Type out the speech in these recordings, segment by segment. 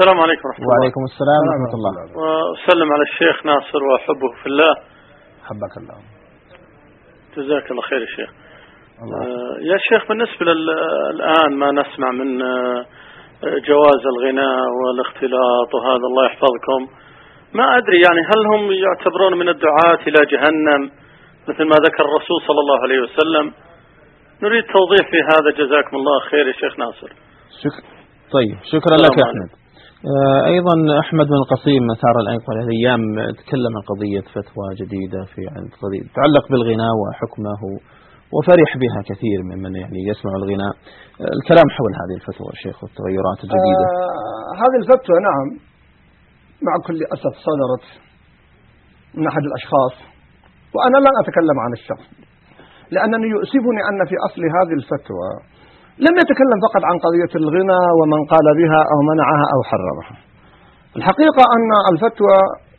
السلام عليكم ورحمة الله. وعليكم السلام ورحمة الله. وأسلم على الشيخ ناصر وأحبه في الله. حبك الله. جزاك الله خير يا شيخ. يا شيخ، بالنسبة الآن ما نسمع من جواز الغناء والاختلاط وهذا، الله يحفظكم، ما أدري يعني هل هم يعتبرون من الدعاة إلى جهنم مثل ما ذكر الرسول صلى الله عليه وسلم؟ نريد توضيح في هذا، جزاكم الله خير يا شيخ ناصر. طيب، شكرا لك يا أحمد. أيضا أحمد بن القصيم مثار الأيقظة هذه الأيام تكلم عن قضية فتوى جديدة في قضية تتعلق بالغناء وحكمه، وفرح بها كثير ممن يعني يسمع الغناء. الكلام حول هذه الفتوى شيخ والتغيرات الجديدة. هذه الفتوى نعم مع كل أسف صدرت من أحد الأشخاص، وأنا لن أتكلم عن الشخص لأنني يؤسفني أن في أصل هذه الفتوى لم يتكلم فقط عن قضية الغنى ومن قال بها أو منعها أو حرمها. الحقيقة أن الفتوى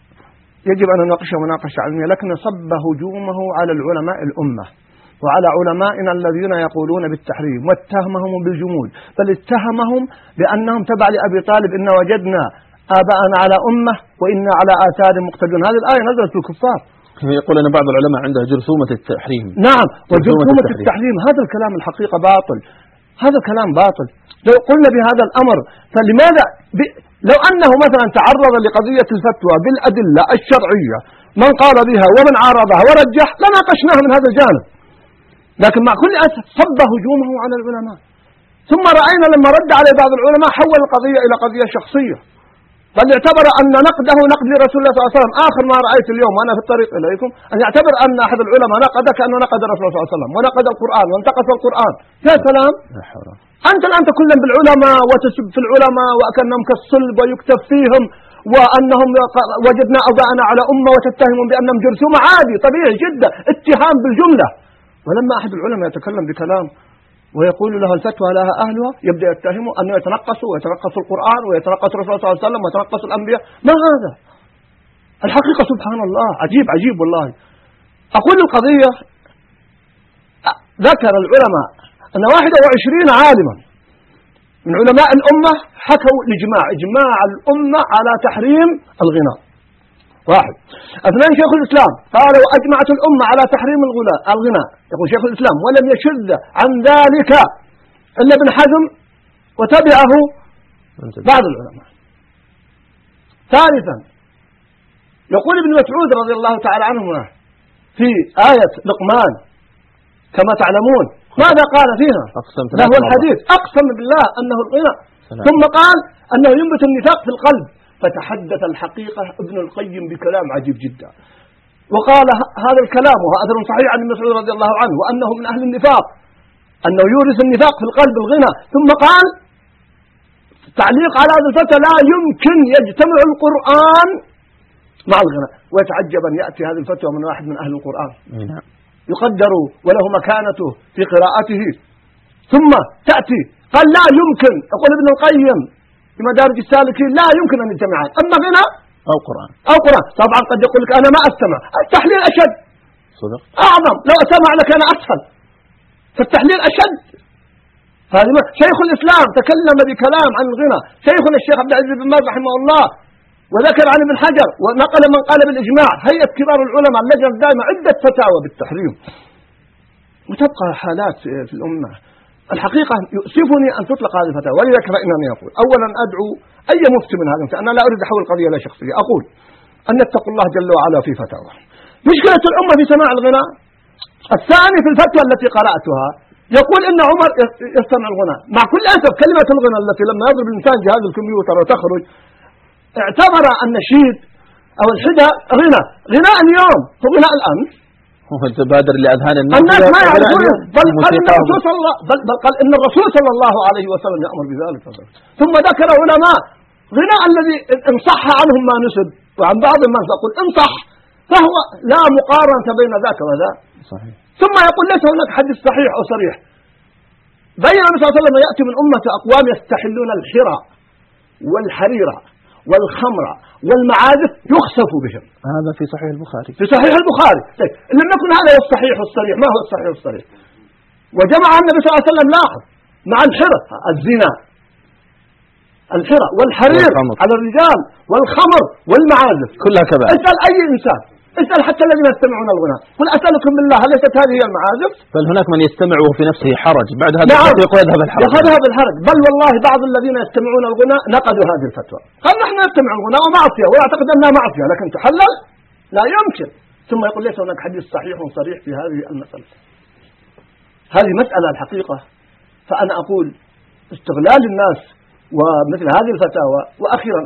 يجب أن نناقشها مناقشة علمية، لكن صب هجومه على العلماء الأمة وعلى علمائنا الذين يقولون بالتحريم، واتهمهم بالجمود، بل اتهمهم بأنهم تبع لأبي طالب: إن وجدنا آباءنا على أمة وإنا على آثار مقتدون. هذه الآية نزلت في الكفار. يقول أن بعض العلماء عنده جرثومة التحريم. نعم، وجرثومة التحريم. هذا الكلام الحقيقة باطل، هذا كلام باطل. لو قلنا بهذا الأمر فلماذا لو أنه مثلا تعرض لقضية الفتوى بالأدلة الشرعية من قال بها ومن عارضها ورجح لناقشناها من هذا الجانب، لكن مع كل أسف صب هجومه على العلماء. ثم رأينا لما رد عليه بعض العلماء حول القضية إلى قضية شخصية، بل اعتبر أن نقده نقد لرسول الله صلى الله عليه وسلم. آخر ما رأيت اليوم وأنا في الطريق إليكم أن يعتبر أن أحد العلماء نقد كأنه نقد رسول الله صلى الله عليه وسلم ونقد القرآن وانتقص القرآن. يا سلام، أنت الآن تكلم بالعلماء وتسب في العلماء وكأنهم كالصلب ويكتب فيهم وأنهم وجدنا آباءنا على أمة وتتهمون بأنهم جرثومة. عادي طبيعي جدا، اتهام بالجملة. ولما أحد العلماء يتكلم بكلام ويقول له الفتوى لها أهلها يبدأ يتهمه أنه يتنقص ويتنقص القرآن ويتنقص الرسول صلى الله عليه وسلم ويتنقص الأنبياء. ما هذا؟ الحقيقة سبحان الله عجيب عجيب والله. أقول القضية ذكر العلماء أن 21 عالما من علماء الأمة حكوا إجماع الأمة على تحريم الغناء. 1. 2. شيخ الإسلام قال وأجمعت الأمة على تحريم الغناء. يقول شيخ الإسلام ولم يشذ عن ذلك إلا ابن حزم وتبعه بعض العلماء. 3. يقول ابن مسعود رضي الله تعالى عنه في آية لقمان كما تعلمون ماذا قال فيها؟ له الحديث أقسم بالله أنه الغنى. ثم قال أنه ينبت النفاق في القلب. فتحدث الحقيقة ابن القيم بكلام عجيب جدا وقال هذا الكلام وهو أثر صحيح عن ابن مسعود رضي الله عنه وأنه من أهل النفاق، أنه يورث النفاق في القلب الغنى. ثم قال تعليق على هذا الفتى لا يمكن يجتمع القرآن مع الغنى. ويتعجب أن يأتي هذه الفتوى من واحد من أهل القرآن يقدر وله مكانته في قراءته، ثم تأتي قال لا يمكن. يقول ابن القيم في مدارج السالكين لا يمكن أن يجتمعان، أما غنى أو قرآن. طبعا قد يقول لك أنا ما أستمع، التحليل أشد صدق أعظم، لو أسمع لك أنا أسهل، فالتحليل أشد. شيخ الإسلام تكلم بكلام عن الغنى، شيخنا الشيخ عبد العزيز بن باز رحمه الله، وذكر عن ابن حجر ونقل من قال بالإجماع، هيئة كبار العلماء اللجنة الدائمة عدة فتاوى بالتحريم. وتبقى حالات في الأمة. الحقيقة يؤسفني أن تطلق هذه الفتاوى، ولذلك فإنني أقول أولا أدعو أي مفتي من هذا، أنا لا أريد أحول القضية إلى شخصية، أقول أن اتقوا الله جل وعلا في فتاوى. مشكلة الأمة في سماع الغناء. الثاني في الفتوى التي قرأتها يقول إن عمر يستمع الغناء. مع كل أسف كلمة الغناء التي لما يضرب الإنسان جهاز الكمبيوتر وتخرج اعتبر النشيد أو الحدى غناء اليوم هو غناء الأمس. هو تبادر لأذهان الناس ما يعرفون. بل قال إن الرسول صلى الله عليه وسلم يأمر بذلك. ثم ذكر علماء غناء الذي إن صح عنهم ما نسب وعن بعض من يقول إن صح فهو لا مقارنة بين ذاك وذاك. صحيح. ثم يقول ليس هناك حديث صحيح أو صريح. بين النبي صلى الله عليه وسلم يأتي من أمة أقوام يستحلون الحرى والحريرة والخمر والمعازف يخسف بهم. هذا في صحيح البخاري. في صحيح البخاري. طيب لم يكن هذا هو الصحيح الصريح. ما هو الصحيح الصريح؟ وجمع النبي صلى الله عليه وسلم لاحظ مع الحرى الزنا الحرى والحرير على الرجال والخمر والمعازف كلها كذا. اسأل أي إنسان، اسأل حتى الذين يستمعون الغناء، قل أسألكم بالله هل ليست هذه هي المعازف؟ بل هناك من يستمع وفي نفسه حرج بعد هذا يقول يذهب الحرج. بل والله بعض الذين يستمعون الغناء نقدوا هذه الفتوى، قال نحن نستمع الغناء ومعصية ويعتقد أنها معصية لكن تحلل لا يمكن، ثم يقول ليس هناك حديث صحيح صريح في هذه المسألة. هذه مسألة الحقيقة. فأنا أقول استغلال الناس ومثل هذه الفتاوى. وأخيرا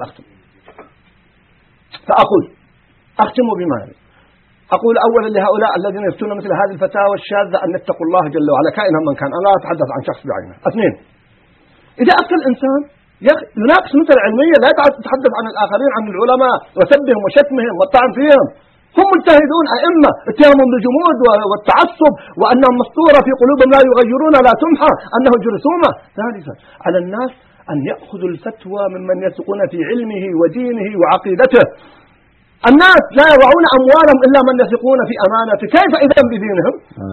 أختم بما أقول أولا لهؤلاء الذين يفتون مثل هذه الفتاوى الشاذة أن يتقوا الله جل وعلا كائنا من كان. أنا لا أتحدث عن شخص بعينه. اثنين، إذا أفتى الإنسان يناقش مثل علمية لا يتحدث عن الآخرين عن العلماء وسبهم وشتمهم والطعن فيهم. هم مجتهدون أئمة اتهمهم بالجمود والتعصب وأنهم مسطورة في قلوبهم لا يغيرون لا تمحى أنه جرثومة. ثالثا، على الناس أن يأخذوا الفتوى ممن يثقون في علمه ودينه وعقيدته. الناس لا يضعون أموالهم إلا من يثقون في أمانته، كيف إذن بدينهم؟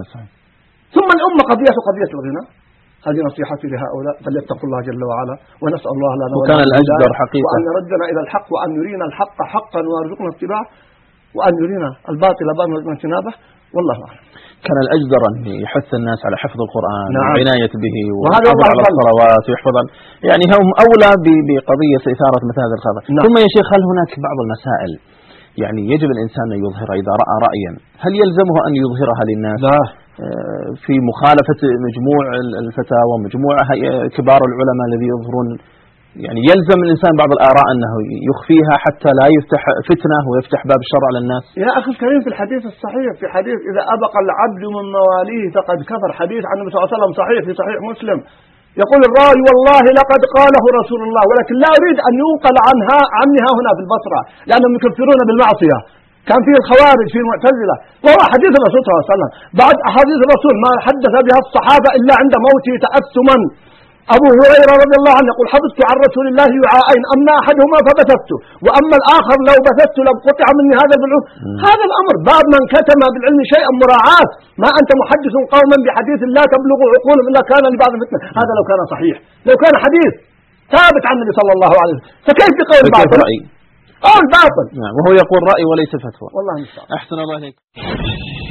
ثم الأمة قضية الغناء. هذه نصيحتي لهؤلاء فليتقوا الله جل وعلا، ونسأل الله لنا وكان الأجدر حقيقة وأن يردنا إلى الحق وأن يرينا الحق حقا ويرزقنا اتباعه وأن يرينا الباطل باطلا واجتنابه. والله أعلم. كان الأجدر أن يحث الناس على حفظ القرآن والعناية به والحفاظ على الصلوات ويحفظ، يعني هم أولى بقضية إثارة مثل هذا الخبر. ثم يا شيخ، هل هناك بعض المسائل يعني يجب الإنسان أن يظهر إذا رأى رأيا هل يلزمه أن يظهرها للناس؟ لا. في مخالفة مجموع الفتاوى ومجموع كبار العلماء الذي يظهرون، يعني يلزم الإنسان بعض الآراء أنه يخفيها حتى لا يفتح فتنة ويفتح باب الشر على الناس. يا أخي الكريم، في الحديث الصحيح، في حديث إذا أبق العبد من مواليه فقد كفر، حديث عن النبي صلى الله عليه وسلم صحيح في صحيح مسلم، يقول الراوي والله لقد قاله رسول الله، ولكن لا أريد أن ينقل عني ها هنا في البصرة لأنهم يكفرون بالمعصية. كان فيه الخوارج فيه المعتزلة، وهو حديث الرسول صلى الله عليه وسلم. بعد أحاديث الرسول ما حدث بها الصحابة إلا عند موته تأثما. أبو هريرة رضي الله عنه يقول حفظت عن رسول الله وعاءين، أما أحدهما فبثثت وأما الآخر لو بثثت لقطع مني هذا البلعوم. هذا الأمر باب من كتم بالعلم شيئا مراعاة. ما أنت محدث قوما بحديث لا تبلغ عقولهم إلا كان لبعض فتنة. هذا لو كان صحيح، لو كان حديث ثابت عن النبي صلى الله عليه وسلم، فكيف بقول باطل؟ قول باطل. وهو يقول رأي وليس فتوى. والله مستعان. أحسن الله إليك.